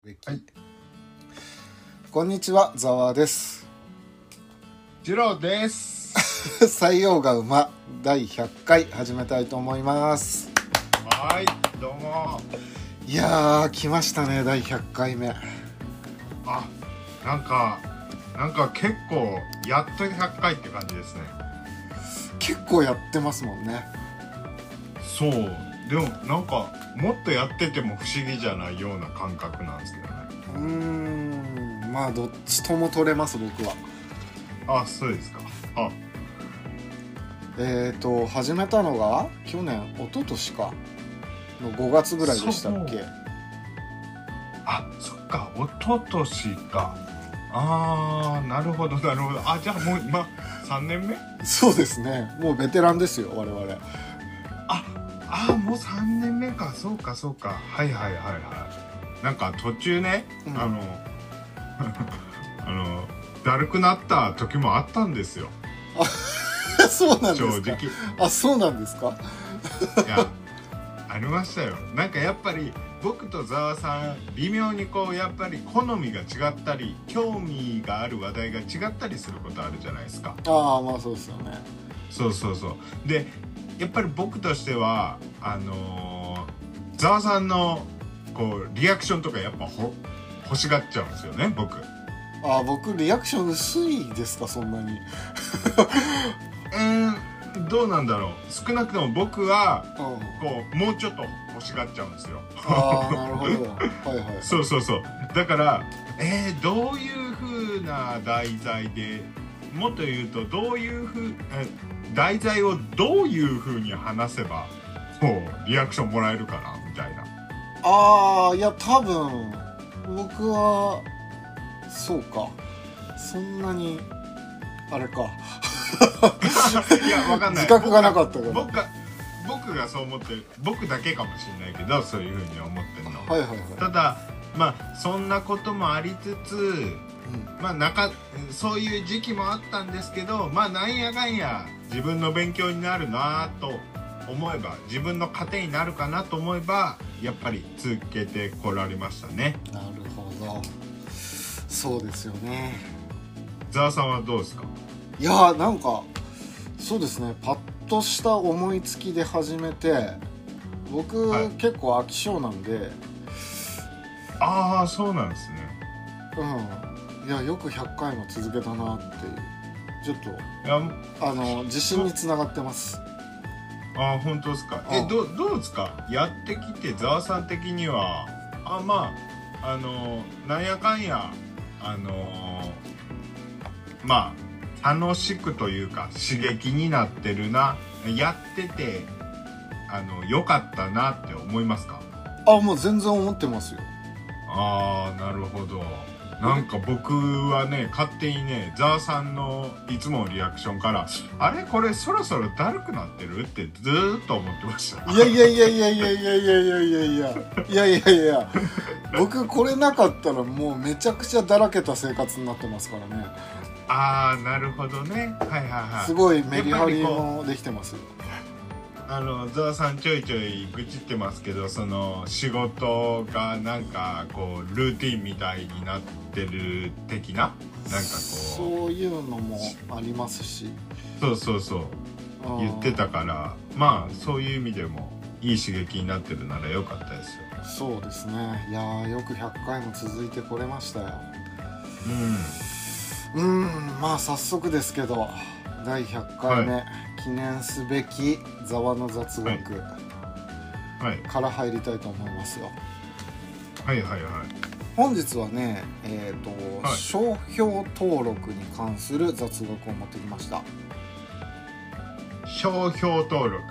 はい、こんにちは、ざわです。 次郎です。 採用が馬第100回始めたいと思います。 はい、どうも。 いやー、来ましたね、第100回目。 なんか結構やっと100回って感じですね。 結構やってますもんね。 そう、でもなんかもっとやってても不思議じゃないような感覚なんですけどね。 まあどっちとも取れます、僕は。 そうですか。 始めたのが去年、一昨年かの5月ぐらいでしたっけ。 そっか、一昨年か。なるほど。じゃあもう今3年目。 そうですね、もうベテランですよ、我々。 もう3年目か。そうか。はい。なんか途中ね、だるくなった時もあったんですよ。 そうなんですか。 正直。そうなんですか。 いや、ありましたよ。なんかやっぱり僕とざわさん微妙にやっぱり好みが違ったり興味がある話題が違ったりすることあるじゃないですか。 まあそうですよね。 そうで、やっぱり僕としてはざわさんのリアクションとかやっぱ欲しがっちゃうんですよね、僕。 僕リアクション薄いですか、そんなに。 どうなんだろう。少なくとも僕はもうちょっと欲しがっちゃうんですよ。 なるほど。はい。 そうだからどういう風な題材で、もっと言うと題材をどういう風に話せばリアクションもらえるかなみたいな。 いや多分僕はそうか、そんなにあれか。 いや、わかんない。 自覚がなかったから。 僕がそう思ってる。僕だけかもしれないけど、そういう風に思ってるの。 はい。 ただそんなこともありつつ、そういう時期もあったんですけど、なんやかんや自分の勉強になるなと思えば、自分の糧になるかなと思えば、やっぱり続けてこられましたね。 なるほど。そうですよね。 ざわさんはどうですか？ いやなんかそうですね、パッとした思いつきで始めて、僕、結構飽き性なんで。 そうなんですね。 いやよく100回も続けたなっていう、ちょっと自信につながってます。 本当ですか。どうですか、やってきてざわさん的には。なんやかんや楽しくというか刺激になってるな、やってて良かったなって思いますか？ もう全然思ってますよ。 なるほど。なんか僕はね、勝手にね、ざわさんのいつものリアクションから、あれこれそろそろだるくなってるってずーっと思ってました。 いや僕これなかったらもうめちゃくちゃだらけた生活になってますからね。 なるほどね。はい。 すごいメリハリもできてますよ。 ざわさんちょいちょい愚痴ってますけど、その仕事がなんかルーティンみたいになってる的な、なんかそういうのもありますし。 そう言ってたから、そういう意味でもいい刺激になってるなら良かったですよ。そうですね。いやよく100回も続いてこれましたよ。早速ですけど第100回目、記念すべきざわの雑学から入りたいと思いますよ。 はい。 本日はね、商標登録に関する雑学を持ってきました。 商標登録。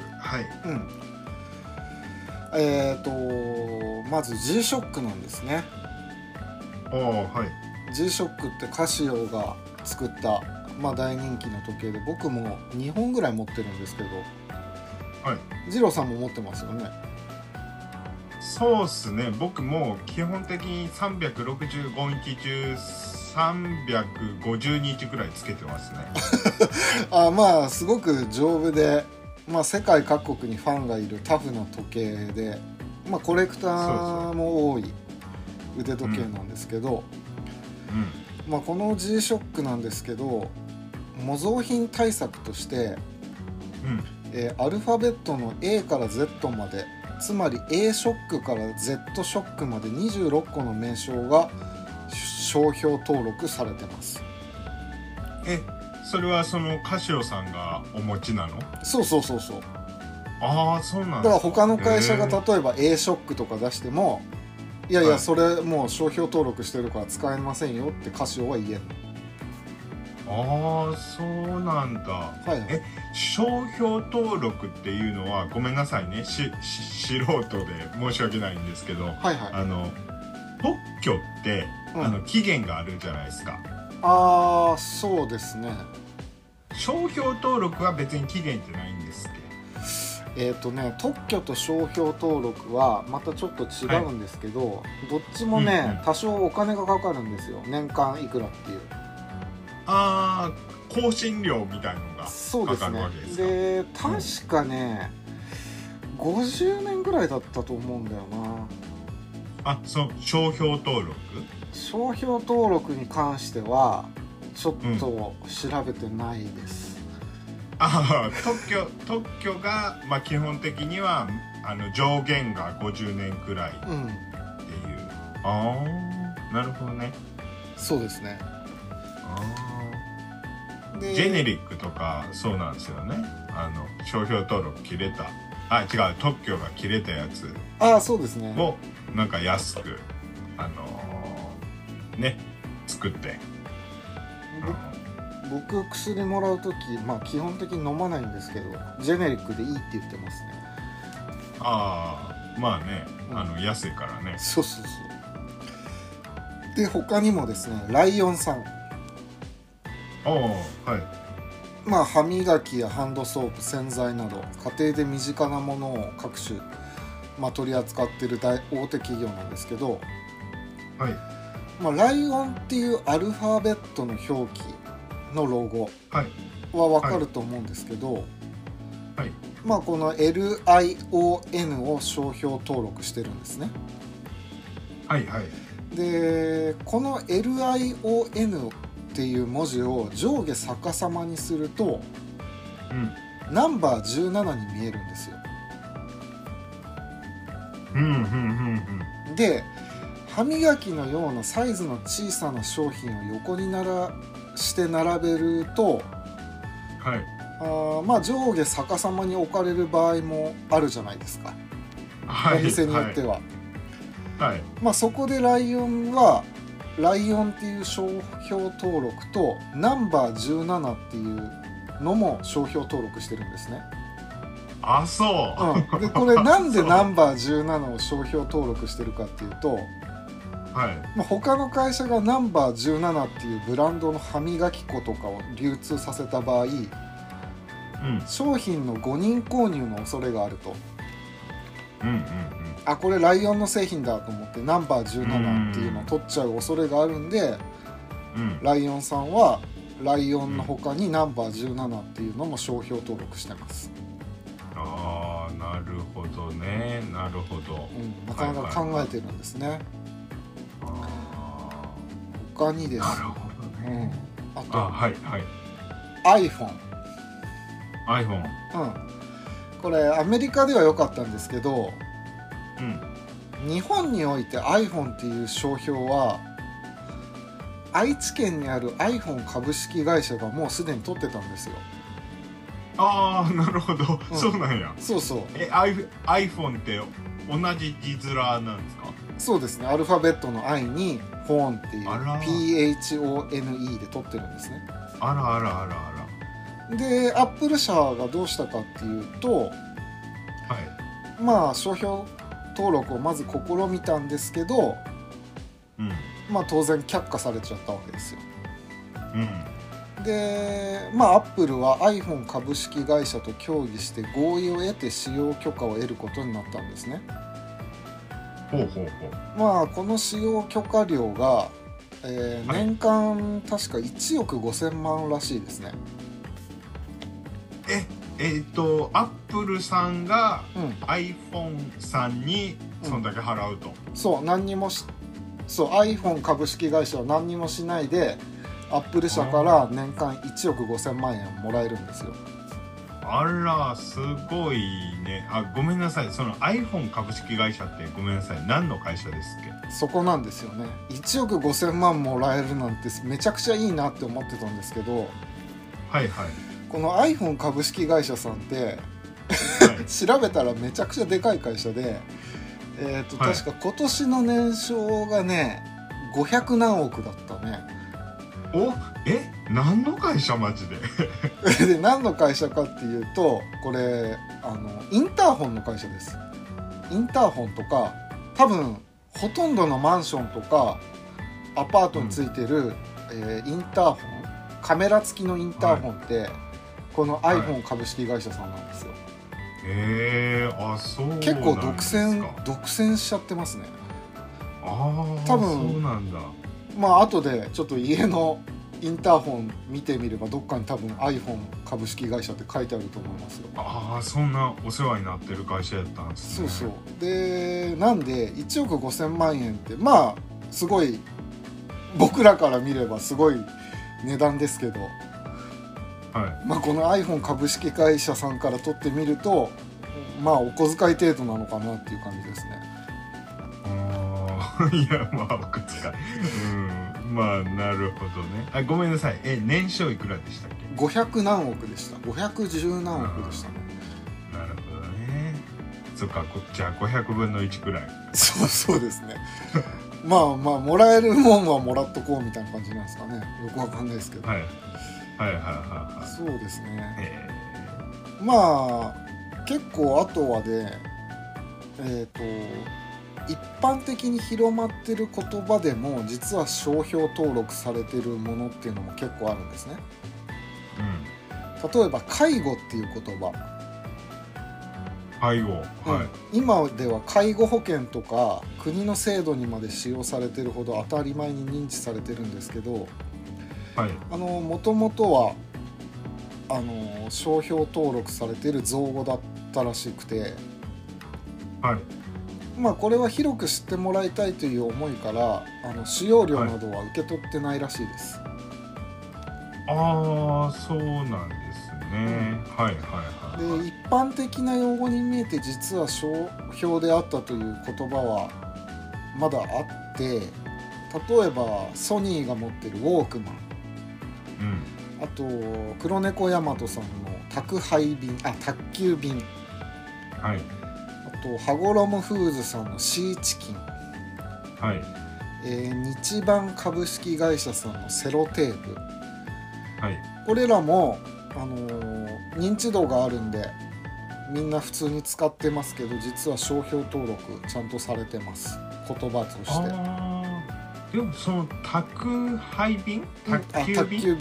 まず G-SHOCK なんですね。G-SHOCK ってカシオが作った大人気の時計で、僕も2本ぐらい持ってるんですけど、二郎さんも持ってますよね。 そうっすね。僕も基本的に365日中350日くらいつけてますね。 すごく丈夫で、世界各国にファンがいるタフな時計で、コレクターも多い腕時計なんですけど、 うんまあ、この G-SHOCK なんですけど模造品対策として、アルファベットの A から Z までつまり A ショックから Z ショックまで26個の名称が商標登録されてます。 それはそのカシオさんがお持ちなの？ そうそうそうそう。 ああ、そうなんだから他の会社が例えば A ショックとか出してもいやいやそれもう商標登録してるから使えませんよってカシオは言えるの。ああ、そうなんだ。 はい、はい、 商標登録っていうのはごめんなさいね、素人で申し訳ないんですけど、 はいはい、 特許って、期限があるじゃないですか。 ああ、そうですね。 商標登録は別に期限ってないんですっけ？ 特許と商標登録はまたちょっと違うんですけど、はい、どっちもね、多少お金がかかるんですよ。年間いくらっていう。 ああ、更新料みたいのがかかるわけですか？そうですね。 で、確かね、50年ぐらいだったと思うんだよな。 商標登録？ 商標登録に関してはちょっと調べてないです。 特許が、まあ、基本的には上限が50年くらいっていう、ああ、なるほどね。 そうですね。 ジェネリックとかそうなんですよね。商標登録切れた違う、特許が切れたやつそうですねをなんか安くね作って、 僕薬もらうとき、まあ基本的に飲まないんですけどジェネリックでいいって言ってますね。 まあね、安いからね。 そうそうそう。で他にもですね、ライオンさん、まあ歯磨きやハンドソープ、洗剤など家庭で身近なものを各種、まあ、取り扱っている大手企業なんですけど、まあ、ライオンっていうアルファベットの表記のロゴは分かると思うんですけど、まあこの LION を商標登録してるんですね。でこの LION っていう文字を上下逆さまにすると、ナンバー17に見えるんですよ。で歯磨きのようなサイズの小さな商品を横にして並べると、まあ上下逆さまに置かれる場合もあるじゃないですか、お店によっては。まあそこでライオンはライオンっていう商標登録とナンバー17っていうのも商標登録してるんですね。でこれなんでナンバー17を商標登録してるかっていうと、まあ、他の会社がナンバー17っていうブランドの歯磨き粉とかを流通させた場合、商品の誤認購入の恐れがあると。これライオンの製品だと思ってナンバー17っていうのを取っちゃう恐れがあるんで、ライオンさんはライオンの他にナンバー17っていうのも商標登録してます。 なるほどね、なるほど、 なかなか考えてるんですね。他にですね、 なるほどね、 あとiPhone、これアメリカでは良かったんですけど、日本において iPhone っていう商標は愛知県にある iPhone 株式会社がもうすでに取ってたんですよ。 なるほど、そうなんや。 そうそう。 iPhone って同じ字面なんですか？ そうですね、アルファベットの I にフォンっていう PHONE で取ってるんですね。でアップル社がどうしたかっていうと、まあ商標登録をまず試みたんですけど、まあ当然却下されちゃったわけですよ。でまあアップルは iPhone 株式会社と協議して合意を得て使用許可を得ることになったんですね。まあこの使用許可料が、年間確か1億5000万らしいですね。 アップルさんが iPhone さんにそんだけ払うと、 そう、何にもそう iPhone 株式会社は何にもしないでアップル社から年間1億5000万円もらえるんですよ。 あらすごいね。ごめんなさい、その iPhone 株式会社ってごめんなさい、何の会社ですっけ？ そこなんですよね。1億5000万もらえるなんてめちゃくちゃいいなって思ってたんですけど、 はいはい、 この iPhone 株式会社さんって、はい、調べたらめちゃくちゃでかい会社で、確か今年の年商がね500何億だったね。 何の会社マジでで何の会社かっていうと、これインターホンの会社です。インターホンとか多分ほとんどのマンションとかアパートについてる、インターホン、カメラ付きのインターホンって、はい、この iPhone 株式会社さんなんですよ。 そうなん結構独占しちゃってますね。多分そうなんだ。 まあ後でちょっと家のインターホン見てみればどっかに多分 iPhone 株式会社って書いてあると思いますよ。 そんなお世話になってる会社やったんですね。 そうでなんで1億5000万円ってまあすごい僕らから見ればすごい値段ですけど、はい、まあこの iPhone 株式会社さんから取ってみるとまあお小遣い程度なのかなっていう感じですね。 いやまあお小遣いまあなるほどね。ごめんなさい、年商いくらでしたっけ ？500何億でした。510何億でしたね。 なるほどね。そっか、じゃあ500分の1くらい。 そうですねまあもらえるもんはもらっとこうみたいな感じなんですかね。よくわかんないですけど、はいそうですね。まあ結構あとはで一般的に広まってる言葉でも実は商標登録されてるものっていうのも結構あるんですね。例えば介護っていう言葉、 介護、はい、 今では介護保険とか国の制度にまで使用されてるほど当たり前に認知されてるんですけど、もともとは商標登録されてる造語だったらしくて、まあこれは広く知ってもらいたいという思いから使用料などは受け取ってないらしいです。 そうなんですね。 で一般的な用語に見えて実は商標であったという言葉はまだあって、例えばソニーが持ってるウォークマン、あと黒猫大和さんの宅急便、あと羽衣フーズさんのシーチキン、日版株式会社さんのセロテープ、これらも認知度があるんでみんな普通に使ってますけど、実は商標登録ちゃんとされてます、言葉として。 でもその宅配便、 宅急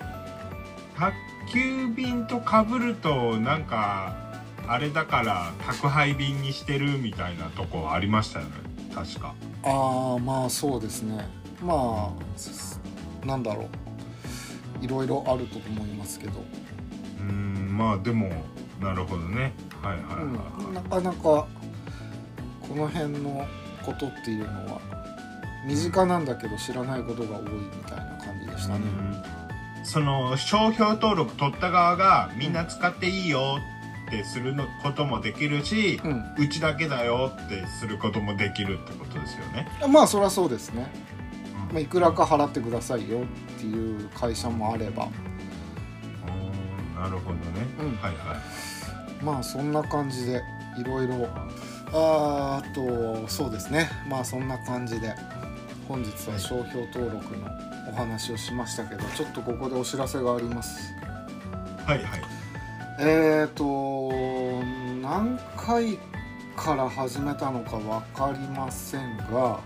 便と被るとなんかあれだから宅配便にしてるみたいなとこありましたよね、確か。 まあそうですね。まあなんだろう、いろいろあると思いますけど。 まあでもなるほどね。 なかなかこの辺のことっていうのは身近なんだけど知らないことが多いみたいな感じでしたね。 その商標登録取った側がみんな使っていいよってすることもできるし、うちだけだよってすることもできるってことですよね。 まあそりゃそうですね。いくらか払ってくださいよっていう会社もあれば。 なるほどね。 まあそんな感じでいろいろあとそうですね。まあそんな感じで本日は商標登録のお話をしましたけど、ちょっとここでお知らせがあります。何回から始めたのか分かりませんが、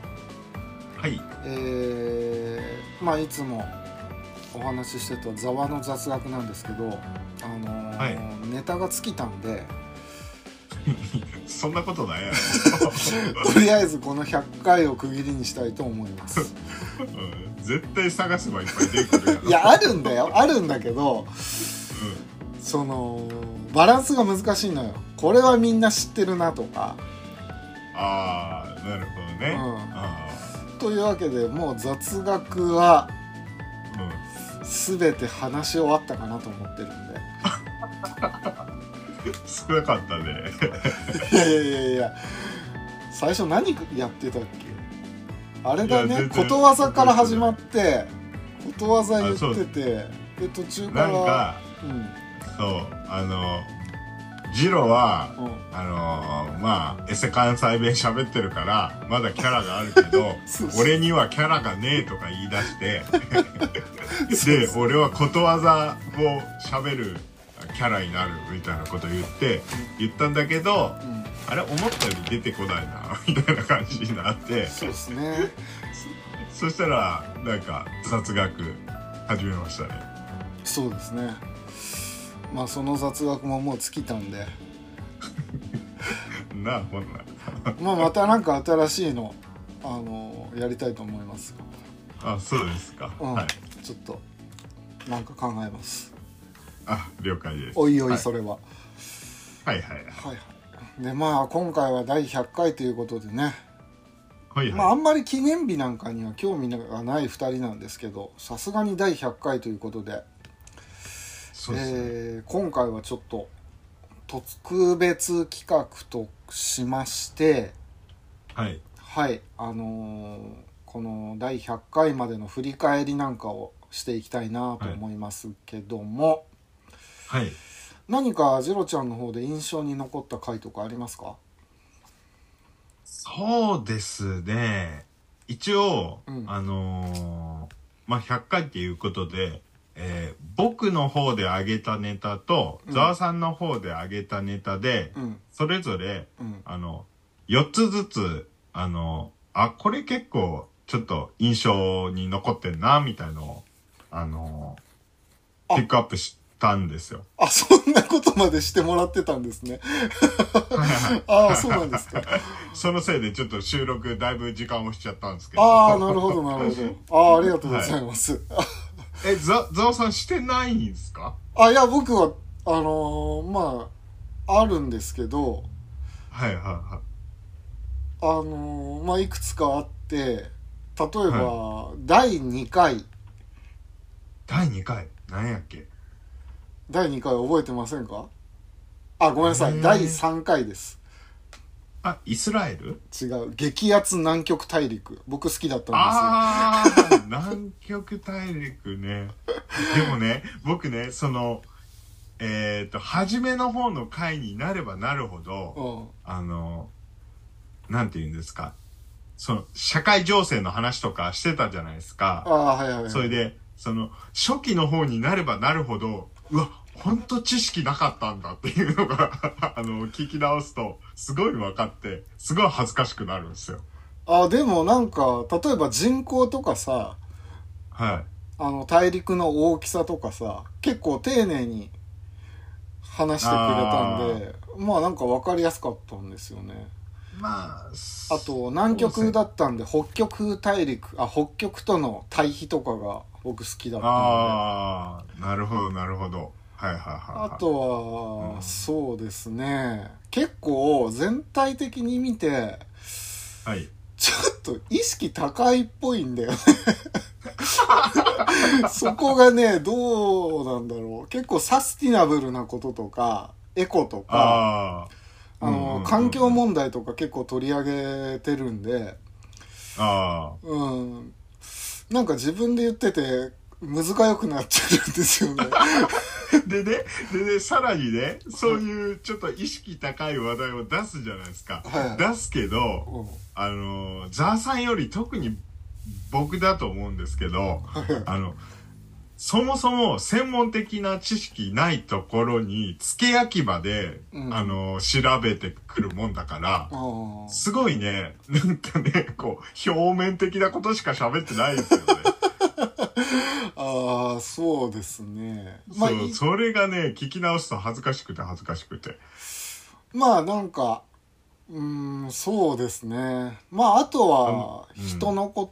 まあいつもお話ししてたざわの雑学なんですけど、ネタが尽きたんでそんなことないやろとりあえずこの100回を区切りにしたいと思います絶対探せばいっぱい出てくるやろ。 いやあるんだよ、あるんだけど、そのバランスが難しいのよ。これはみんな知ってるなとか。 なるほどね。 というわけでもう雑学は全て話し終わったかなと思ってるんで少なかったねいや最初何やってたっけ。あれだね、ことわざから始まってことわざ言ってて、で途中からなんか、そうジロは、まあエセ関西弁喋ってるからまだキャラがあるけど俺にはキャラがねえとか言い出してで俺はことわざを喋るキャラになるみたいなこと言ったんだけど、あれ思ったより出てこないなみたいな感じになって、 そうですねそしたらなんか雑学始めましたね。 そうですね。まあその雑学ももう尽きたんでなあほんなまあまたなんか新しいのやりたいと思います。 あ、そうですか、はい、 ちょっとなんか考えます。 あ、了解です。 おいおいそれは、 はい、 でまあ今回は第100回ということでね、 まああんまり記念日なんかには興味がない2人なんですけど、さすがに第100回ということで、 そうですね、 今回はちょっと特別企画としまして、この第100回までの振り返りなんかをしていきたいなと思いますけども、何かジロちゃんの方で印象に残った回とかありますか？ そうですね、一応、まあ100回っていうことで、僕の方で上げたネタとざわさんの方で上げたネタで、それぞれ、4つずつこれ結構ちょっと印象に残ってんなみたいのをピックアップしたんですよ。 あ、そんなことまでしてもらってたんですねああ、そうなんですか。 そのせいでちょっと収録だいぶ時間をしちゃったんですけど。 ああ、なるほどなるほど。ありがとうございます、 ざわさんしてないんですか？ いや僕はまああるんですけど、まあいくつかあって、例えば、第2回何やっけ？ 第2回覚えてませんか？あ、ごめんなさい、第3回です。 イスラエル？ 違う、激アツ南極大陸、僕好きだったんですよ。 南極大陸ねでもね、僕ね、初めの方の回になればなるほど、なんて言うんですか、社会情勢の話とかしてたじゃないですか。それで初期の方になればなるほど、うわ、ほんと知識なかったんだっていうのが聞き直すとすごい分かって、すごい恥ずかしくなるんですよ。 でもなんか例えば人口とかさ、大陸の大きさとかさ、結構丁寧に話してくれたんで、まあなんか分かりやすかったんですよね。あと南極だったんで北極大陸、北極との対比とかが僕好きだったんで。 なるほどなるほど。 あとは、そうですね、結構全体的に見て、ちょっと意識高いっぽいんだよねそこがね、どうなんだろう。結構サスティナブルなこととかエコとか環境問題とか結構取り上げてるんで、なんか自分で言っててむずがよくなっちゃうんですよねでね、さらにね、そういうちょっと意識高い話題を出すじゃないですか。出すけど、ザーさんより特に僕だと思うんですけど、そもそも専門的な知識ないところに付け焼き場で、調べてくるもんだから、すごいね、なんかね、こう表面的なことしか喋ってないですよねそうですね。 それがね、聞き直すと恥ずかしくて。 まあなんかそうですね。あとは人のこと、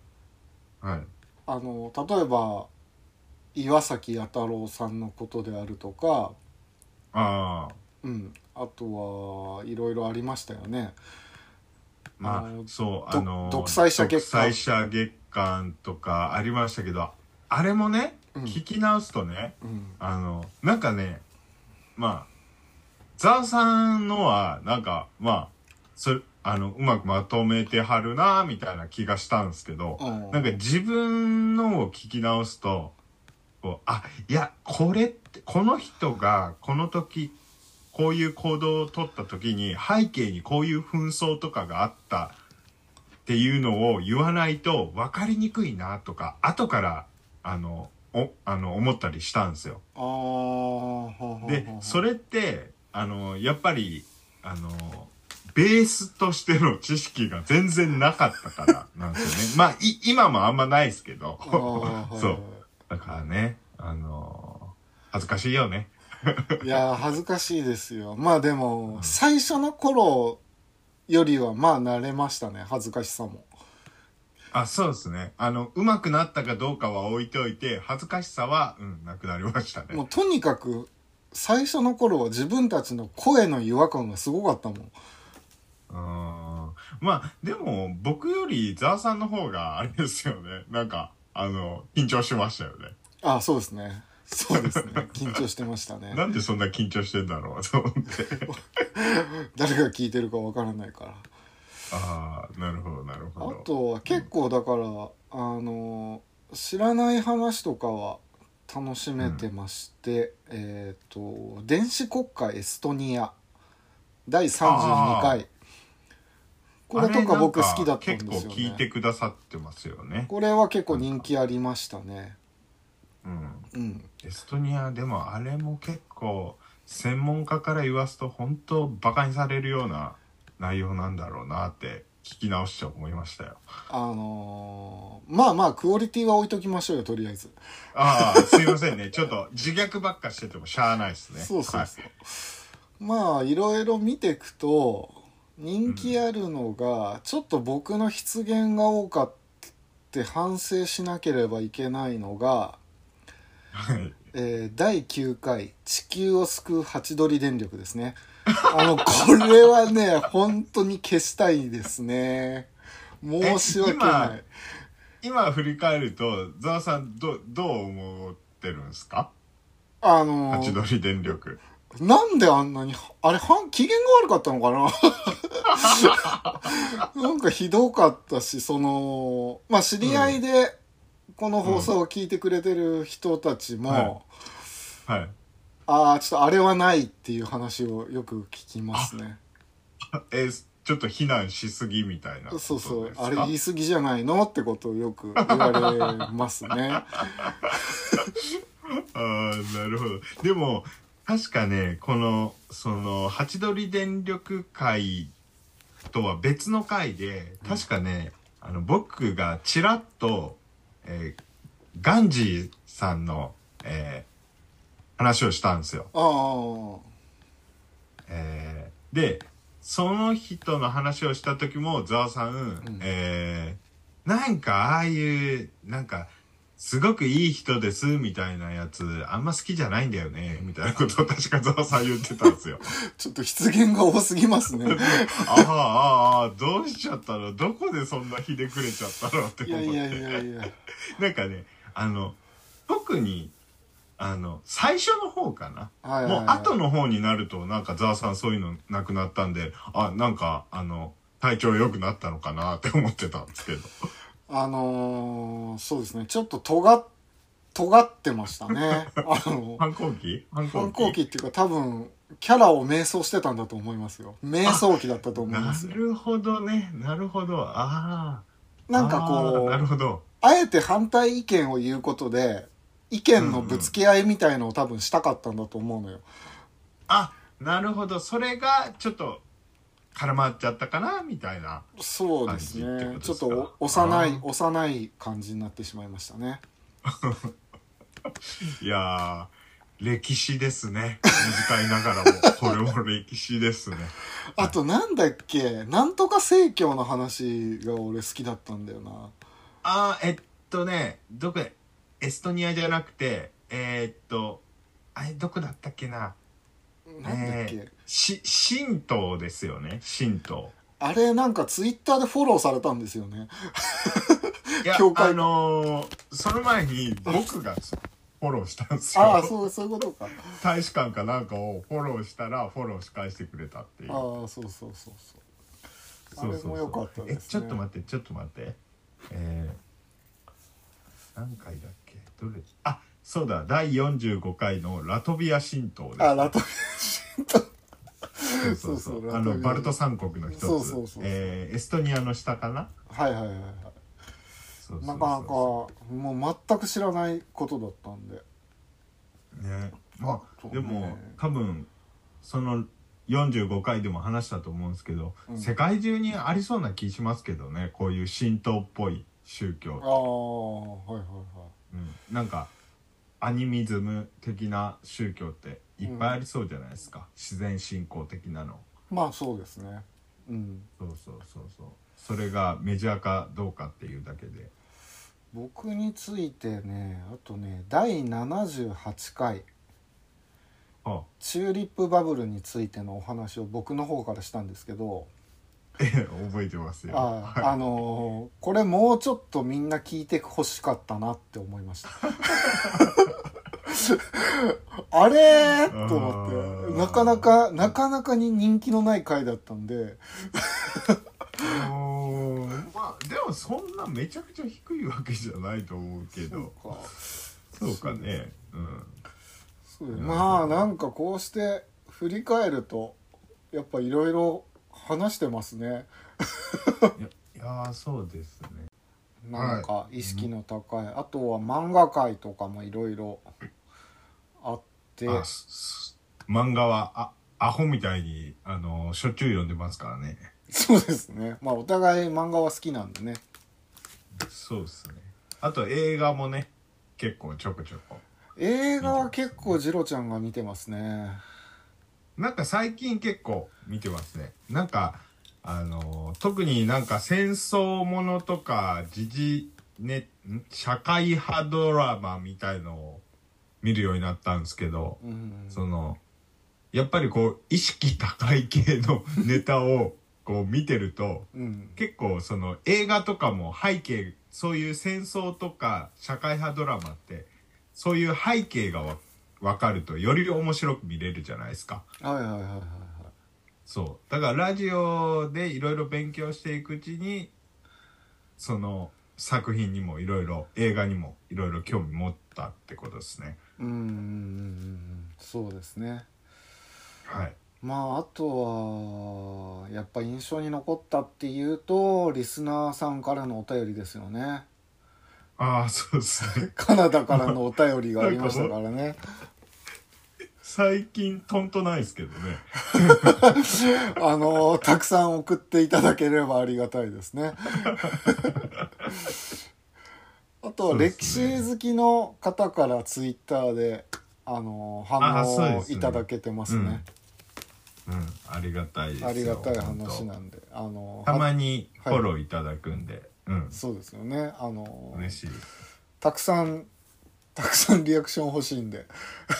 例えば岩崎弥太郎さんのことであるとか、あとはいろいろありましたよね。 まあそう独裁者月間とかありましたけど、あれもね、聞き直すとね、なんかね、まあザワさんのはなんかまあうまくまとめてはるなみたいな気がしたんですけど、なんか自分のを聞き直すと、いやこれってこの人がこの時こういう行動を取った時に背景にこういう紛争とかがあったっていうのを言わないと分かりにくいなとか後から思ったりしたんですよ。でそれってやっぱりベースとしての知識が全然なかったからなんですよね。まあ今もあんまないですけどそうだからね恥ずかしいよね。 いや恥ずかしいですよ。まあでも、最初の頃よりはまあ慣れましたね、恥ずかしさも。 そうですね。上手くなったかどうかは置いておいて、恥ずかしさはなくなりましたね。 もうとにかく最初の頃は自分たちの声の違和感がすごかったもん。 まあでも僕よりザワさんの方があれですよね。なんか緊張しましたよね。 そうですね。そうですね。緊張してましたね。 なんでそんな緊張してんだろうと思って。 誰が聞いてるかわからないから。 なるほどなるほど。 あとは結構だから、知らない話とかは楽しめてまして、電子国家エストニア第32回。これとか僕好きだったんですよね。 結構聞いてくださってますよね。 これは結構人気ありましたね。 エストニアでもあれも結構専門家から言わすと本当バカにされるような内容なんだろうなって聞き直して思いましたよ。 まあまあクオリティは置いときましょうよ、とりあえず。 すいませんね。ちょっと自虐ばっかしててもしゃあないですね。 そうそうそう、まあいろいろ見ていくと人気あるのが、ちょっと僕の失言が多かって反省しなければいけないのが、第9回地球を救うハチドリ電力ですね。これはね本当に消したいですね。申し訳ない。 今振り返るとザワさんどう思ってるんですか？ハチドリ電力なんであんなに機嫌が悪かったのかな。なんかひどかったし、まあ知り合いでこの放送を聞いてくれてる人たちも、ちょっとあれはないっていう話をよく聞きますね。 ちょっと非難しすぎみたいな。 そうそう、あれ言い過ぎじゃないのってことをよく言われますね。 なるほど。でも確かね、ハチドリ電力会とは別の会で、確かね、僕がちらっと、ガンジーさんの、話をしたんですよ。で、その人の話をした時もザワさん、なんかああいうなんかすごくいい人ですみたいなやつあんま好きじゃないんだよねみたいなことを確かザワさん言ってたんですよ。 ちょっと失言が多すぎますね。 どうしちゃったの、どこでそんなひでくれちゃったのって思って。いやなんかね、特に最初の方かな、もう後の方になるとなんかザワさんそういうのなくなったんで、なんか体調良くなったのかなって思ってたんですけど。 そうですね、ちょっと尖ってましたね。 反抗期っていうか多分キャラを迷走してたんだと思いますよ。迷走期だったと思いますよ。 なるほどね、なるほど。 なんかこう、 なるほど、 あえて反対意見を言うことで意見のぶつけ合いみたいのを多分したかったんだと思うのよ。 なるほど、それがちょっと絡まっちゃったかなみたいな。 そうですね、ちょっと幼い感じになってしまいましたね。 いや歴史ですね。短いながらもこれも歴史ですね。 あとなんだっけ、なんとか正教の話が俺好きだったんだよな。 どこでエストニアじゃなくてあれどこだったっけな。 なんだっけ、 神道ですよね。神道。 あれなんかツイッターでフォローされたんですよね。 いや、 教会その前に僕がフォローしたんですよ。 ああ、そういうことか。 大使館かなんかをフォローしたらフォローし返してくれたっていう。 ああ、そうそう。あれも良かったですね。 ちょっと待って。何回だっけ？どれ？あ、そうだ、第45回のラトビア神道です。 あ、ラトビア神道。 そう、バルト三国の一つ。エストニアの下かな。 はい。なかなかもう全く知らないことだったんでね。まあでも多分その45回でも話したと思うんですけど、世界中にありそうな気しますけどね、こういう神道っぽい宗教。なんかアニミズム的な宗教っていっぱいありそうじゃないですか、自然信仰的なの。 まあそうですね。 そう。それがメジャーかどうかっていうだけで。 僕についてね、あとね、第78回チューリップバブルについてのお話を僕の方からしたんですけど、 覚えてますよ。 これもうちょっとみんな聞いてほしかったなって思いました。あれと思って、なかなかに人気のない回だったんで。 まあでもそんなめちゃくちゃ低いわけじゃないと思うけど。そうかね。 まあなんかこうして振り返るとやっぱいろいろ話してますね。 いやそうですね。 なんか意識の高い、あとは漫画界とかもいろいろあって、 漫画はアホみたいにしょっちゅう読んでますからね。 そうですね。まあお互い漫画は好きなんでね。 そうですね。あと映画もね、結構ちょこちょこ。 映画は結構ジロちゃんが見てますね。 なんか最近結構見てますね。なんか特になんか戦争ものとか社会派ドラマみたいのを見るようになったんですけど、やっぱりこう意識高い系のネタをこう見てると、結構その映画とかも背景、そういう戦争とか社会派ドラマってそういう背景が分かるとより面白く見れるじゃないですか。そうだからラジオでいろいろ勉強していくうちにその作品にもいろいろ、映画にもいろいろ興味持ったってことですね。 そうですね。 はい。 まああとはやっぱ印象に残ったっていうとリスナーさんからのお便りですよね。 そうですね。 カナダからのお便りがありましたからね。 最近トンとないですけどね。 たくさん送っていただければありがたいですね。あと、歴史好きの方からツイッターで反応いただけてますね。 ありがたいですよ。 ありがたい話なんで、 たまにフォローいただくんで、 そうですよね。 嬉しいです。 たくさんリアクション欲しいんで。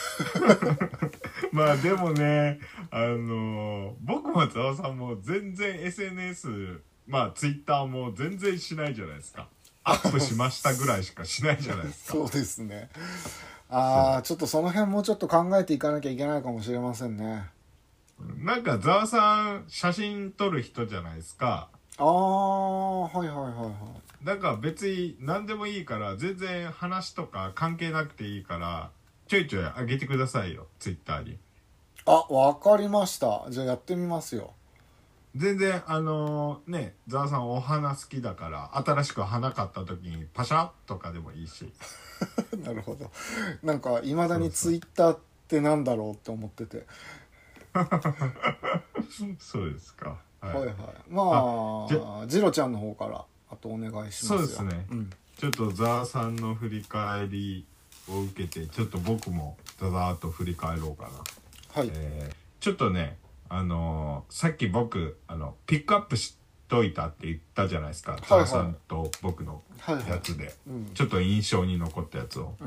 まあでもね、僕もざわさんも全然 SNS、ツイッターも全然しないじゃないですか。アップしましたぐらいしかしないじゃないですか。 そうですね。ちょっとその辺もちょっと考えていかなきゃいけないかもしれませんね。 なんかざわさん写真撮る人じゃないですか。だから別に何でもいいから全然話とか関係なくていいからちょいちょい上げてくださいよ、ツイッターに。 わかりました。じゃあやってみますよ。 全然ね、ざわさんお花好きだから新しく花買った時にパシャッとかでもいいし。 なるほど。なんかいまだにツイッターってなんだろうって思ってて。 そうですか。 まあジロちゃんの方からあとお願いしますよ。 そうですね。ちょっとざわさんの振り返りを受けてちょっと僕もざーっと振り返ろうかな。ちょっとね、さっき僕ピックアップしといたって言ったじゃないですか、ざわさんと僕のやつで、ちょっと印象に残ったやつを、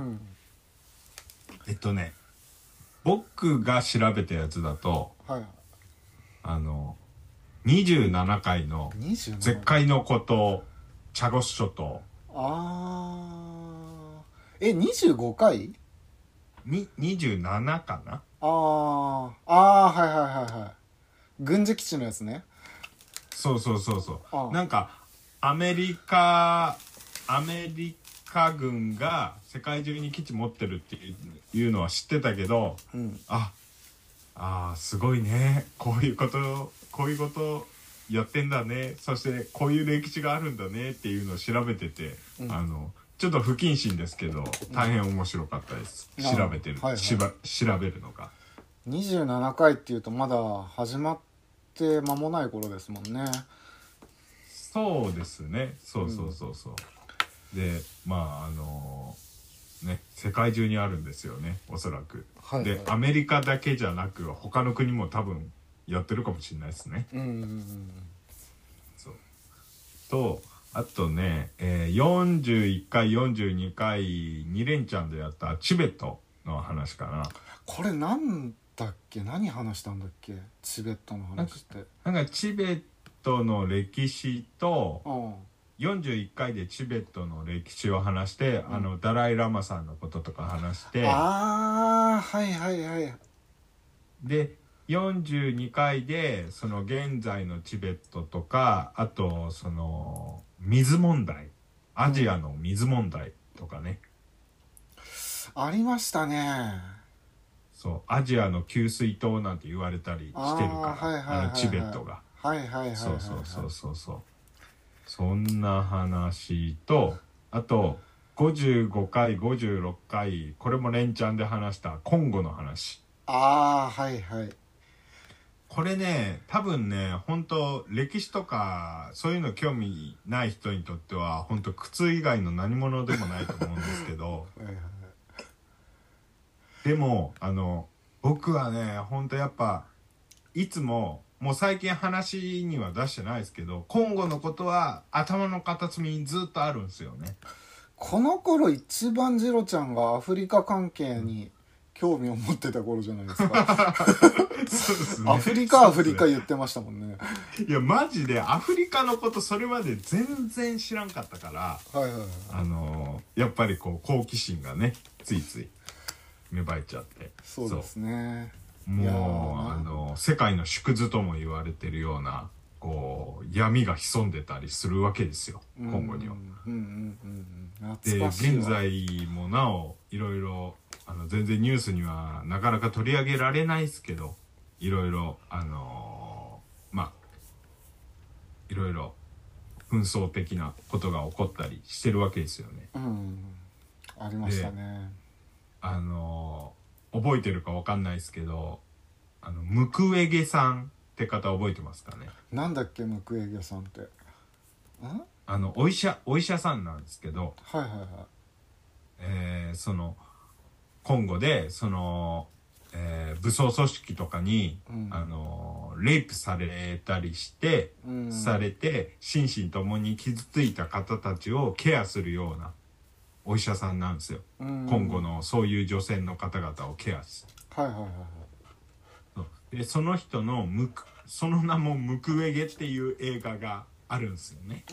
僕が調べたやつだと、 27回の 27 絶海の孤島チャゴス諸島。 25回 27かな。 はいはいはいはい。軍事基地のやつね。 そうなんかアメリカ軍が世界中に基地持ってるっていうのは知ってたけど、すごいね、こういうことやってんだね、そしてこういう歴史があるんだねっていうのを調べてて、ちょっと不謹慎ですけど大変面白かったです、調べるのが。 27回っていうとまだ始まって間もない頃ですもんね。 そうですね、そうで世界中にあるんですよね、おそらく、でアメリカだけじゃなく他の国も多分やってるかもしれないですね。そうと、あとね、41回42回2連チャンでやったチベットの話かな。 これなんだっけ、何話したんだっけ、チベットの話って。 なんかチベットの歴史と、41回でチベットの歴史を話して、ダライ・ラマさんのこととか話して、で42回でその現在のチベットとか、あとその水問題、アジアの水問題とかね、 ありましたね。 そう、アジアの給水塔なんて言われたりしてるから、チベットが。そうそんな話と、あと55回56回、これも連チャンで話したコンゴの話。これね、多分ね、本当歴史とかそういうの興味ない人にとっては本当靴以外の何物でもないと思うんですけどでも僕はね、本当やっぱいつも、もう最近話には出してないですけど、コンゴのことは頭の片隅にずっとあるんですよね。 この頃一番ジロちゃんがアフリカ関係に興味を持ってた頃じゃないですかそうですね、 アフリカ言ってましたもんね。 いやマジでアフリカのことそれまで全然知らんかったから、やっぱりこう好奇心がね、ついつい芽生えちゃって。 そうですね。 もう世界の縮図とも言われてるようなこう闇が潜んでたりするわけですよ、コンゴには。で現在もなおいろいろ全然ニュースにはなかなか取り上げられないですけど、いろいろいろいろ紛争的なことが起こったりしてるわけですよね。 ありましたね。 覚えてるかわかんないですけど、ムクウェゲさんって方覚えてますかね。 なんだっけ、ムクウェゲさんって。 お医者さんなんですけど、そのコンゴでその、武装組織とかに、レイプされたりして、されて心身ともに傷ついた方たちをケアするようなお医者さんなんですよ。今後のそういう女性の方々をケアする。でその人のその名もムクウェゲっていう映画があるんですよね。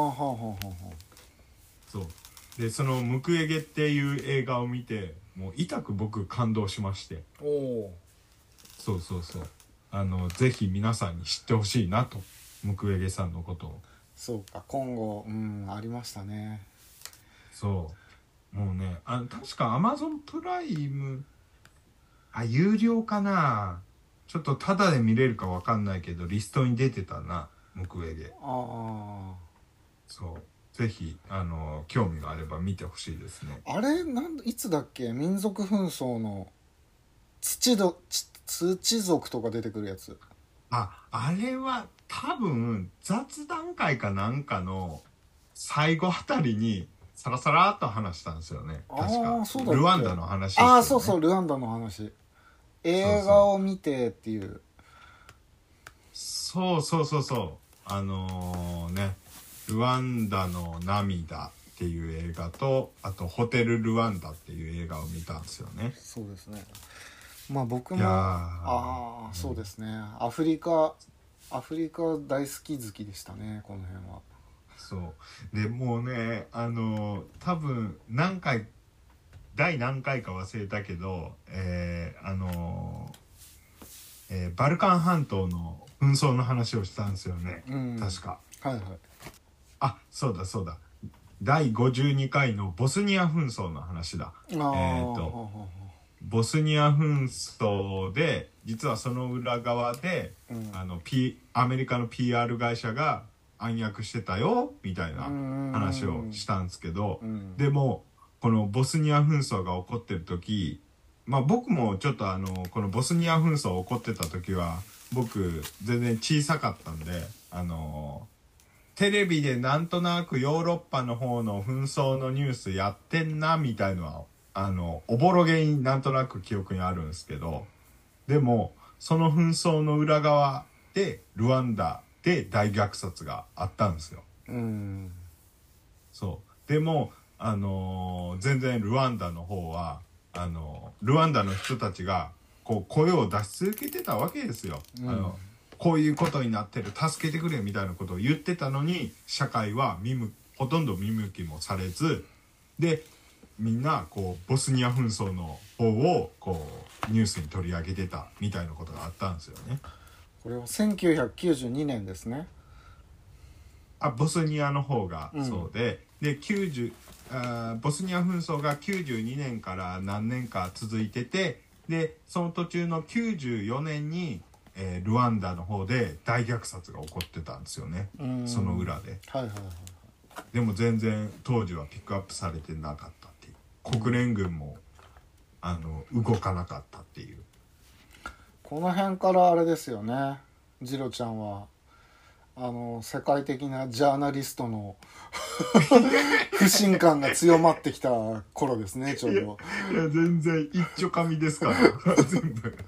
そうでそのムクウェゲっていう映画を見て、もう痛く僕感動しまして、そうぜひ皆さんに知ってほしいなと、ムクウェゲさんのことを。 そうか、今後ありましたね。 そうもうね、確か Amazon プライム有料かな、ちょっとタダで見れるかわかんないけどリストに出てたな、ムクウェゲ。そうぜひ興味があれば見てほしいですね。 あれいつだっけ、民族紛争の土族とか出てくるやつ。 あれは多分雑談会かなんかの最後あたりにサラサラっと話したんですよね。確かルワンダの話ですよね。 そうルワンダの話、映画を見てっていう。 そうルワンダの涙っていう映画と、あとホテルルワンダっていう映画を見たんですよね。 そうですね。僕もそうですね、アフリカアフリカ大好き好きでしたね、この辺は。 そうでもうね多分第何回か忘れたけど、バルカン半島の紛争の話をしたんですよね、確か。 はいはい。 あ、そうだそうだ、第52回のボスニア紛争の話だ。ボスニア紛争で実はその裏側で、アメリカの PR 会社が暗躍してたよみたいな話をしたんですけど、でもこのボスニア紛争が起こってる時、まあ僕もちょっとこのボスニア紛争起こってた時は僕全然小さかったんで、テレビでなんとなくヨーロッパの方の紛争のニュースやってんなみたいのはおぼろげになんとなく記憶にあるんですけど、でもその紛争の裏側でルワンダで大虐殺があったんですよ。そうでも全然ルワンダの方はルワンダの人たちがこう声を出し続けてたわけですよ。こういうことになってる、助けてくれみたいなことを言ってたのに、社会はほとんど見向きもされず、でみんなこうボスニア紛争の方をこうニュースに取り上げてたみたいなことがあったんですよね。 これは1992年ですね。 ボスニアの方がそうで、でボスニア紛争が92年から何年か続いてて、でその途中の94年に、ルワンダの方で大虐殺が起こってたんですよね、その裏で。でも全然当時はピックアップされてなかったっていう、国連軍も動かなかったっていう。 この辺からあれですよね、ジロちゃんは世界的なジャーナリストの不信感が強まってきた頃ですね、ちょうど。 いや全然一丁紙ですから全部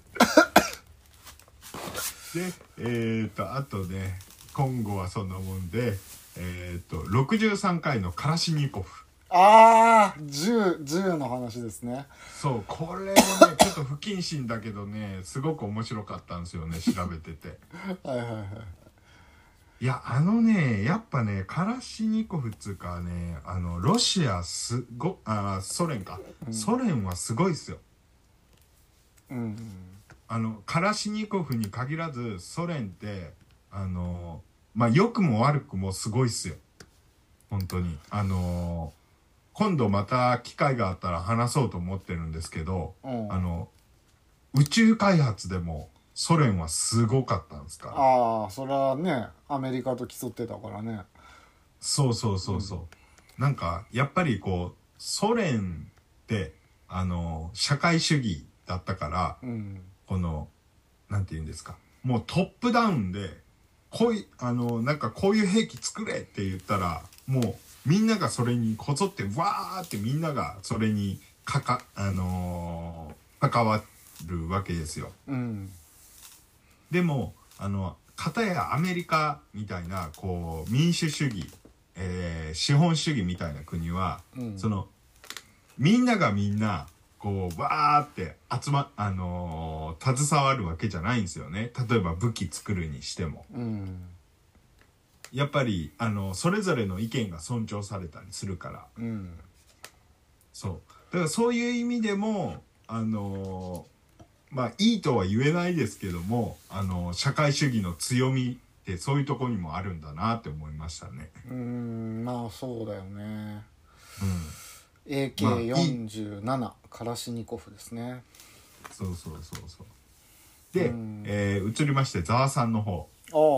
であとね、今後はそんなもんで63回のカラシニコフ。 銃の話ですね。 そう、これもねちょっと不謹慎だけどね、すごく面白かったんですよね、調べてて。いややっぱねカラシニコフっつうかね、ロシアソ連か、ソ連はすごいっすよ。カラシニコフに限らずソ連って良くも悪くもすごいっすよ、本当に。今度また機会があったら話そうと思ってるんですけど、宇宙開発でもソ連はすごかったんですから。 それはねアメリカと競ってたからね。 そう、なんかやっぱりこうソ連って社会主義だったから、このなんて言うんですか、もうトップダウンでなんかこういう兵器作れって言ったら、もうみんながそれにこぞってわーってみんながそれに関わるわけですよ。でも片やアメリカみたいなこう民主主義、資本主義みたいな国は、そのみんながみんなこうわーって携わるわけじゃないんですよね。例えば武器作るにしても、やっぱりそれぞれの意見が尊重されたりするから、そうだからそういう意味でもいいとは言えないですけども、社会主義の強みってそういうところにもあるんだなって思いましたね。 そうだよね。AK47、カラシニコフですね。 そうで、移りましてザワさんの方。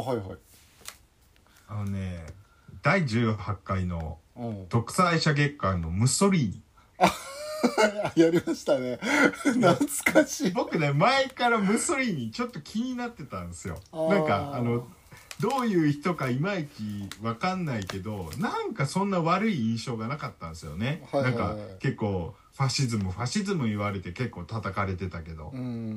第18回の独裁者月間のムッソリーニ。 やりましたね。懐かしい。 僕ね前からムッソリーニちょっと気になってたんですよ。なんかどういう人かいまいち分かんないけど、なんかそんな悪い印象がなかったんですよね。なんか結構ファシズム言われて結構叩かれてたけど、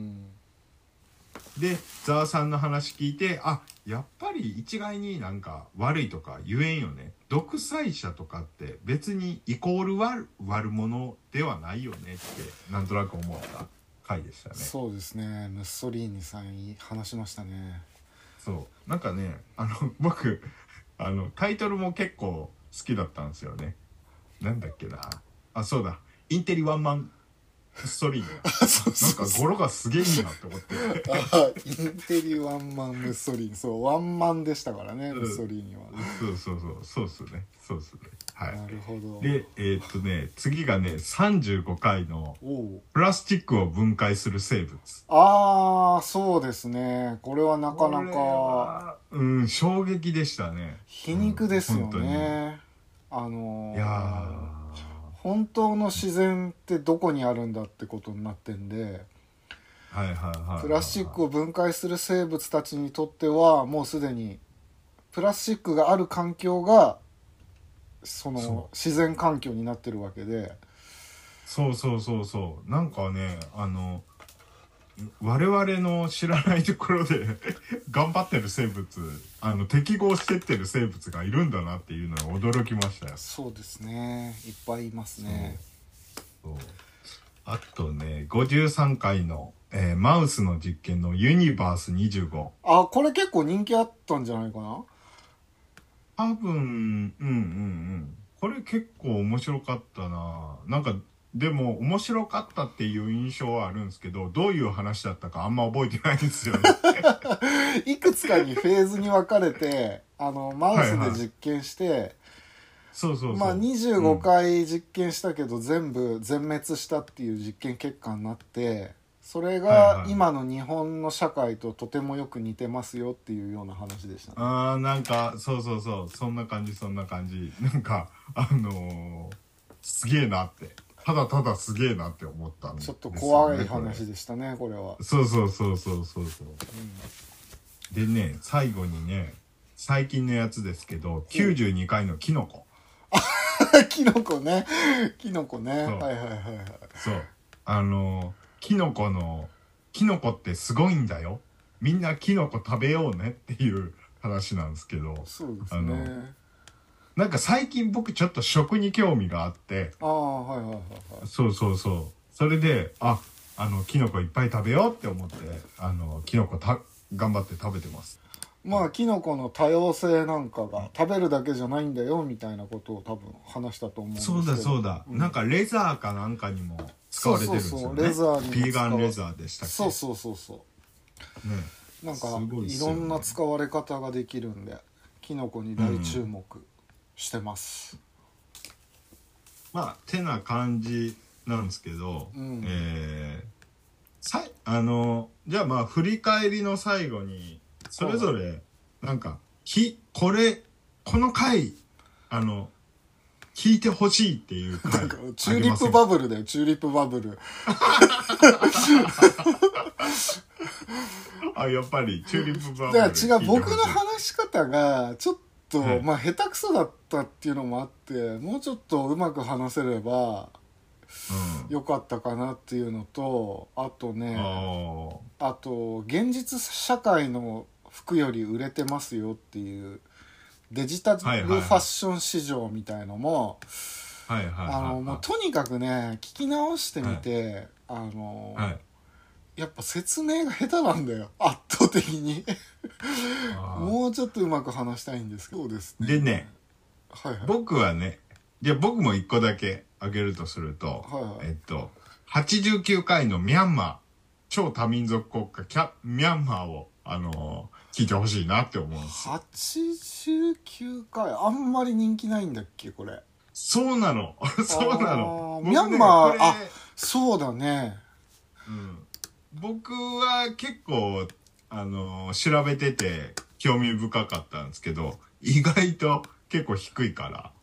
でザワさんの話聞いて、やっぱり一概になんか悪いとか言えんよね、独裁者とかって別にイコール悪者ではないよねってなんとなく思った回でしたね。 そうですね、ムッソリーニさん話しましたね。 そうなんかね僕タイトルも結構好きだったんですよね。なんだっけなあ、そうだ、インテリワンマンストリームなんか語呂がすげえいいなって思ってインテリワンマンムッソリーニ、そうワンマンでしたからね、ムッソリーニは。 そうっすねはい。 なるほど。 で次がね35回のプラスチックを分解する生物。 ああ、そうですね。これはなかなか衝撃でしたね。 皮肉ですよね。 いや本当の自然ってどこにあるんだってことになってんで、プラスチックを分解する生物たちにとってはもうすでにプラスチックがある環境がその自然環境になってるわけで、 そうなんかね我々の知らないところで頑張ってる生物適合してってる生物がいるんだなっていうのは驚きましたよ。 そうですね、いっぱいいますね。 そうあとね53回の、マウスの実験のユニバース25。 あ、これ結構人気あったんじゃないかな。 多分これ結構面白かったな。なんかでも面白かったっていう印象はあるんですけど、どういう話だったかあんま覚えてないんですよねいくつかにフェーズに分かれてマウスで実験して、まあ25回実験したけど全部全滅したっていう実験結果になって、それが今の日本の社会ととてもよく似てますよっていうような話でしたね。 ああ、なんかそうそんな感じなんかすげえなって、ただすげえなって思ったんですよね。 ちょっと怖い話でしたねこれは。 そう、でね最後にね最近のやつですけど92回のキノコキノコねはいそうキノコってすごいんだよ、みんなキノコ食べようねっていう話なんですけど、 そうですね。 なんか最近僕ちょっと食に興味があって、そうそれでキノコいっぱい食べようって思ってキノコ頑張って食べてます。 まあキノコの多様性なんかが食べるだけじゃないんだよみたいなことを多分話したと思うんですけど。 そうだ、なんかレザーかなんかにも使われてるんですよね。レザーにピーガンレザーでしたっけ。 そうね、なんかいろんな使われ方ができるんでキノコに大注目してます、 まあてな感じなんですけど、じゃあまあ振り返りの最後にそれぞれなんかこの回聞いてほしいっていう回チューリップバブルだよ、チューリップバブルやっぱりチューリップバブル。 だから違う、僕の話し方がちょっと、まあ下手くそだったっていうのもあって、もうちょっとうまく話せればよかったかなっていうのと、あとね、あと現実社会の服より売れてますよっていうデジタルファッション市場みたいのも、もうとにかくね聞き直してみて、やっぱ説明が下手なんだよ、圧倒的にもうちょっとうまく話したいんですけどですね。 でね、僕はね、じゃあ僕も一個だけ挙げるとすると、89回のミャンマー超多民族国家ミャンマーを聞いてほしいなって思うんです。 89回あんまり人気ないんだっけこれ。 そうなのミャンマー、そうだね、 僕は結構調べてて興味深かったんですけど、意外と結構低いから、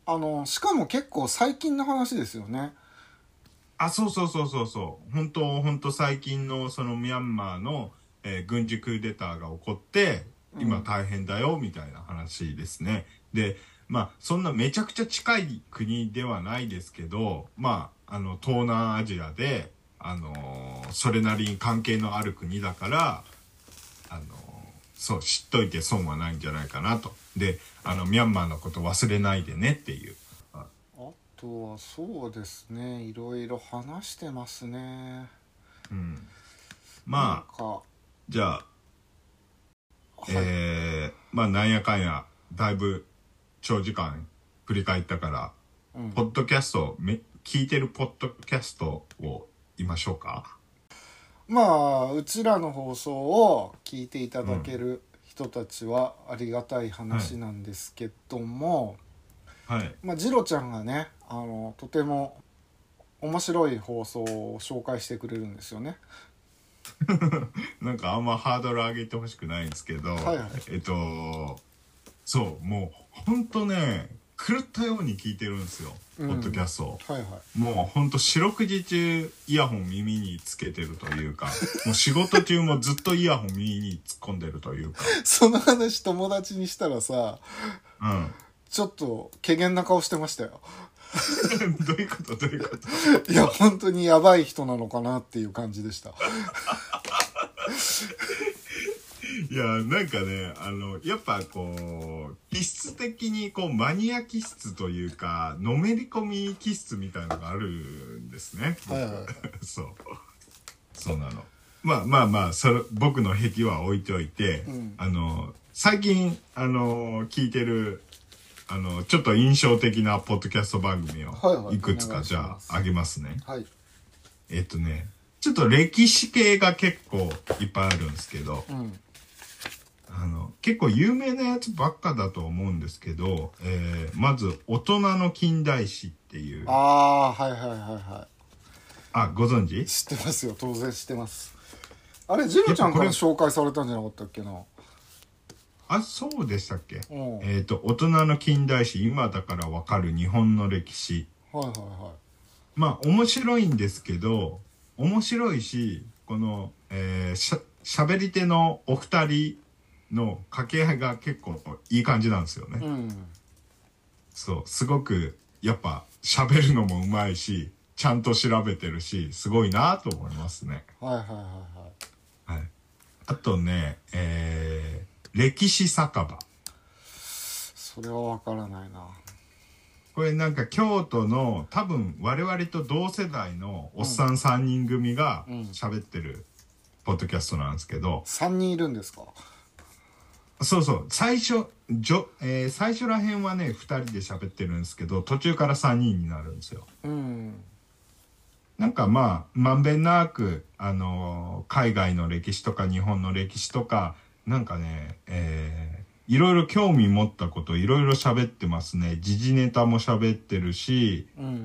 しかも結構最近の話ですよね。 そう本当最近のそのミャンマーの、軍事クーデターが起こって今大変だよみたいな話ですね。でまあそんなめちゃくちゃ近い国ではないですけど、まあ東南アジアでそれなりに関係のある国だからそう知っといて損はないんじゃないかなと。でミャンマーのこと忘れないでねっていう。 あとはそうですね、いろいろ話してますね。 まあじゃあまあなんやかんやだいぶ長時間振り返ったから、ポッドキャスト聞いてるポッドキャストを言いましょうか。 まあうちらの放送を聞いていただける人たちはありがたい話なんですけども、 はい、 まあジロちゃんがねとても面白い放送を紹介してくれるんですよね。 なんかあんまハードル上げてほしくないんですけど、 はいはい、 そうもうほんとね狂ったように聞いてるんですよ、ポッドキャスト、 はいはい、 もうほんと四六時中イヤホン耳につけてるというかもう仕事中もずっとイヤホン耳に突っ込んでるというかその話友達にしたらさ、ちょっと怪訝な顔してましたよ。 どういうこといや本当にやばい人なのかなっていう感じでした。 いやなんかねやっぱこう気質的にこうマニア気質というかのめり込み気質みたいなのがあるんですね。 はいはい、 そうなの。まあ僕の癖は置いておいて、最近聞いてるちょっと印象的なポッドキャスト番組をいくつかじゃああげますね。 はい、 ちょっと歴史系が結構いっぱいあるんですけど、結構有名なやつばっかだと思うんですけど、まず大人の近代史っていう。 はいはいはいはい。 あ、ご存知？ 知ってますよ、当然知ってます。あれジロちゃんから紹介されたんじゃなかったっけな。 あ、そうでしたっけ。大人の近代史、今だからわかる日本の歴史。 はいはいはい。 まあ面白いんですけど、面白いし、この、しゃべり手のお二人の掛け合いが結構いい感じなんですよね。そう、すごくやっぱ喋るのもうまいし、ちゃんと調べてるし、すごいなと思いますね。 はいはいはいはい。あとね、歴史酒場。 それはわからないな。 これなんか京都の多分我々と同世代のおっさん3人組が喋ってるポッドキャストなんですけど、 3人いるんですか？ そうそう、最初らへんはね2人で喋ってるんですけど、途中から3人になるんですよ。なんかまあまんべんなく海外の歴史とか日本の歴史とかなんかね、いろいろ興味持ったこといろいろ喋ってますね。時事ネタも喋ってるし、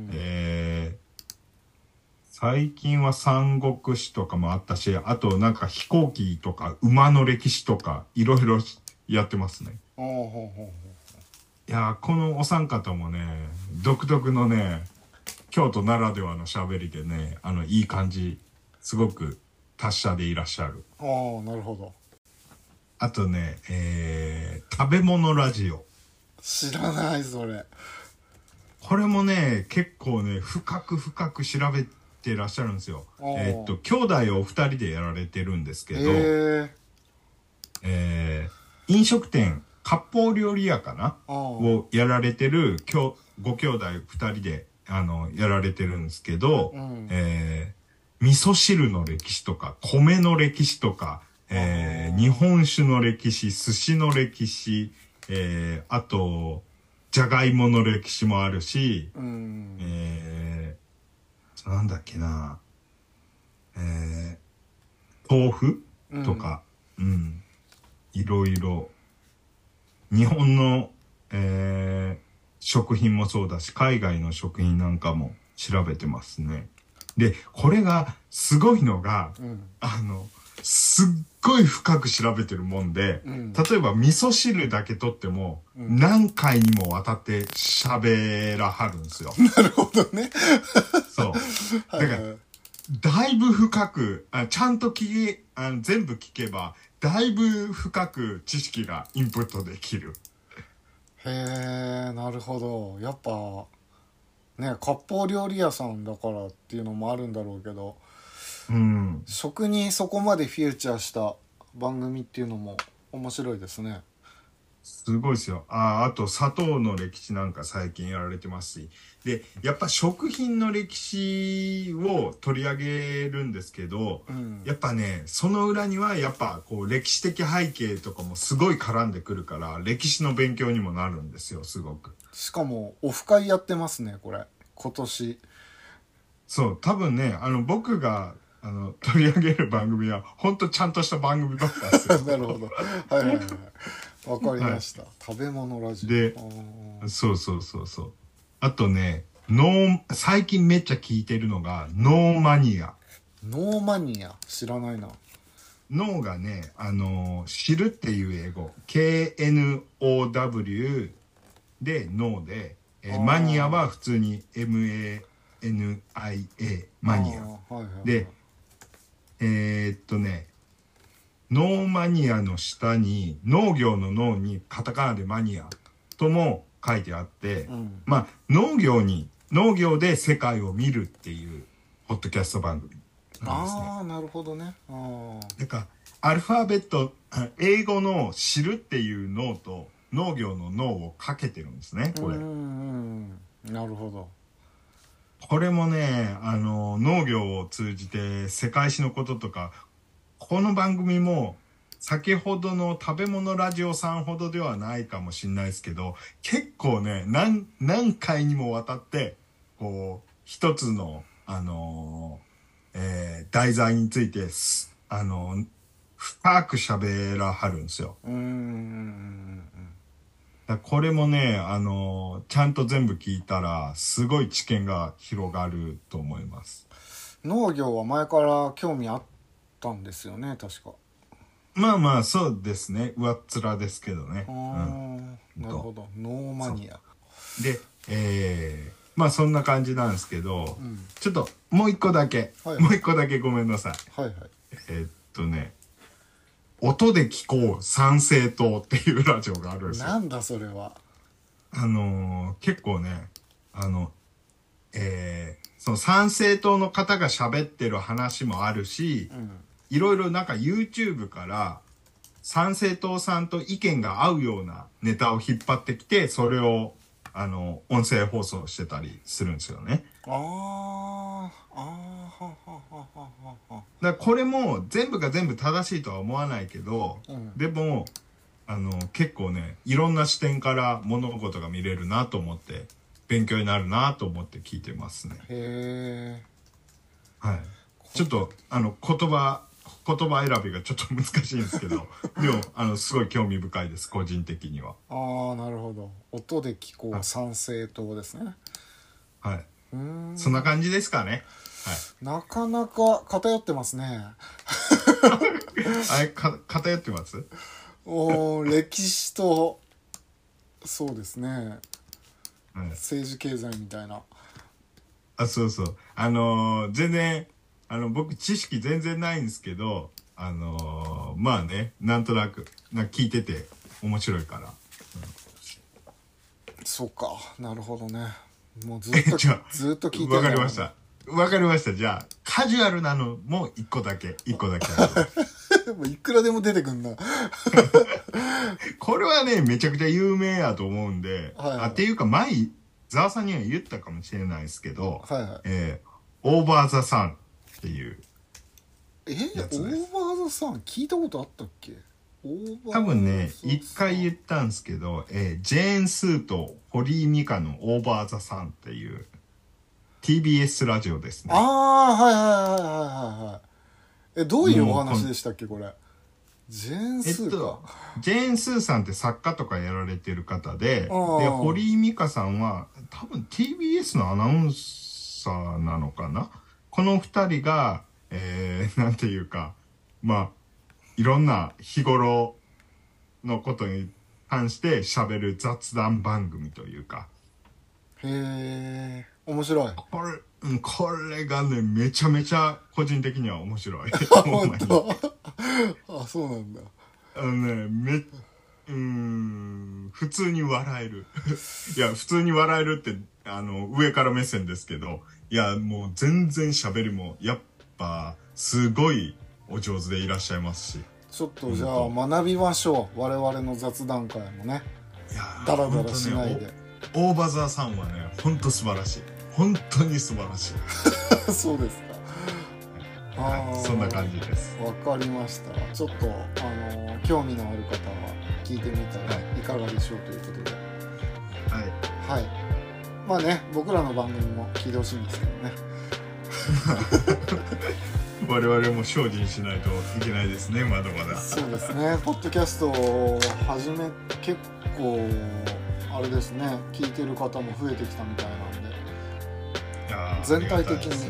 最近は三国志とかもあったし、あとなんか飛行機とか馬の歴史とかいろいろやってますね。いやこのお三方もね独特のね京都ならではの喋りでねいい感じ、すごく達者でいらっしゃる。 なるほど。 あとね、食べ物ラジオ。 知らないそれ。 これもね結構ね深く調べてらっしゃるんですよ。兄弟をお二人でやられてるんですけど、飲食店割烹料理屋かなをやられてるご兄弟二人でやられてるんですけど、味噌汁の歴史とか米の歴史とか、日本酒の歴史、寿司の歴史、あとじゃがいもの歴史もあるし、なんだっけな、豆腐とか、いろいろ日本の、食品もそうだし海外の食品なんかも調べてますね。でこれがすごいのが、すっごい深く調べてるもんで、例えば味噌汁だけ取っても、何回にもわたって喋らはるんですよ。 なるほどね。 そうだからだいぶ深くちゃんと全部聞けばだいぶ深く知識がインプットできる。 へえ、なるほど。やっぱね割烹料理屋さんだからっていうのもあるんだろうけど、食にそこまでフィーチャーした番組っていうのも面白いですね。 すごいですよ。あと砂糖の歴史なんか最近やられてますし。で、やっぱ食品の歴史を取り上げるんですけど、やっぱね、その裏にはやっぱこう歴史的背景とかもすごい絡んでくるから、歴史の勉強にもなるんですよ、すごく。 しかも、オフ会やってますね、これ。今年。 そう、多分ね、僕が、取り上げる番組は、ほんとちゃんとした番組ばっかですよ。 なるほど。はいはいはい。わかりました、はい。食べ物ラジオ。 で、そうそうそうそう。あとね、最近めっちゃ聞いてるのが、ノーマニア。 ノーマニア知らないな。 ノーがね、知るっていう英語。KNOW でノーで、マニアは普通に MANIA、マニア。はいはいはい、で、ノーマニアの下に、農業の農にカタカナでマニアとも書いてあって、まあ、農業で世界を見るっていうポッドキャスト番組なんですね。 ああ、なるほどね。 だから、アルファベット、英語の知るっていう脳と農業の脳をかけてるんですね、これ。 なるほど。 これもね、農業を通じて世界史のこととか、この番組も先ほどの食べ物ラジオさんほどではないかもしれないですけど、結構ね、何回にもわたって、こう、一つの、題材について、深く喋らはるんですよ。これもね、ちゃんと全部聞いたら、すごい知見が広がると思います。 農業は前から興味あったんですよね、確か。 まあまあ、そうですね。上っ面ですけどね。 なるほど。ノーマニア。 で、まあそんな感じなんですけど、ちょっともう一個だけ、もう一個だけごめんなさい。 はいはい。 音で聞こう参政党っていうラジオがあるんですよ。 なんだそれは。 結構ね、その参政党の方が喋ってる話もあるし、いろいろなんか YouTube から参政党さんと意見が合うようなネタを引っ張ってきて、それを音声放送してたりするんですよね。だからこれも全部が全部正しいとは思わないけど、でも結構ね、いろんな視点から物事が見れるなと思って勉強になるなと思って聞いてますね。 へー。はい。ちょっと言葉選びがちょっと難しいんですけど、でもすごい興味深いです、個人的には。 なるほど。音で聞こう参政党ですね。 はい。そんな感じですかね。はい。 なかなか偏ってますね。 あれ偏ってます？ 歴史とそうですね、 はい、 政治経済みたいな。 そうそう。全然僕知識全然ないんですけど、まあね、なんとなく聞いてて面白いから。 そうか、なるほどね。もうずっと聞いてる。 わかりました。わかりました。じゃあカジュアルなのも一個だけもういくらでも出てくんな。 これはね、めちゃくちゃ有名やと思うんで、っていうか前ザワさんには言ったかもしれないですけど、オーバーザサンっていうやつです。 オーバーザサン聞いたことあったっけ？ 多分ね、一回言ったんですけど、ジェーン・スーと堀井美香のオーバーザサンっていう TBS ラジオですね。 はいはいはいはい。どういうお話でしたっけこれ？ジェーン・スーか。 ジェーン・スーさんって作家とかやられてる方で、堀井美香さんは多分 TBS のアナウンサーなのかな。この二人が、なんていうか、まあ、いろんな日頃のことに関して喋る雑談番組というか。 へー、面白い。 これがね、めちゃめちゃ個人的には面白い。 本当？そうなんだ。 普通に笑える。いや、普通に笑えるって、上から目線ですけど、いや、もう全然喋りも、やっぱ、すごいお上手でいらっしゃいますし。 ちょっとじゃあ学びましょう、我々の雑談会もね。ダラダラしないで。 大場沢さんはね本当素晴らしい、本当に素晴らしいそうですか。 そんな感じです。 わかりました。ちょっと興味のある方は聞いてみたらいかがでしょうということで、はい、まあね、僕らの番組も聞いてほしいんですけどね我々も精進しないといけないですね、まだまだ。 そうですね、ポッドキャストを始め結構あれですね、聞いてる方も増えてきたみたいなんで、 いや全体的に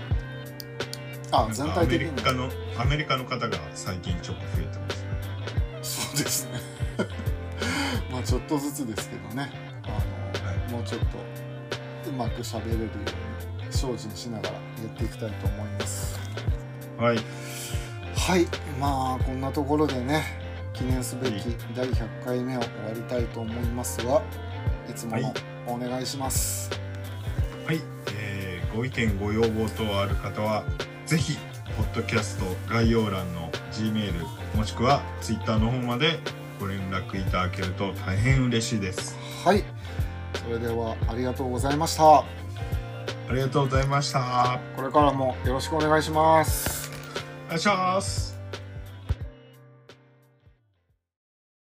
全体的にアメリカの方が最近ちょっと増えてますね。 そうですねまあちょっとずつですけどね、もうちょっとうまく喋れるように精進しながらやっていきたいと思います。はい、まあこんなところでね、記念すべき第100回目を終わりたいと思いますが、いつものお願いします。 はい、ご意見ご要望等ある方はぜひポッドキャスト概要欄の G メールもしくは Twitter の方までご連絡いただけると大変嬉しいです。 はい、それではありがとうございました。 ありがとうございました。 これからもよろしくお願いします。 お願いします。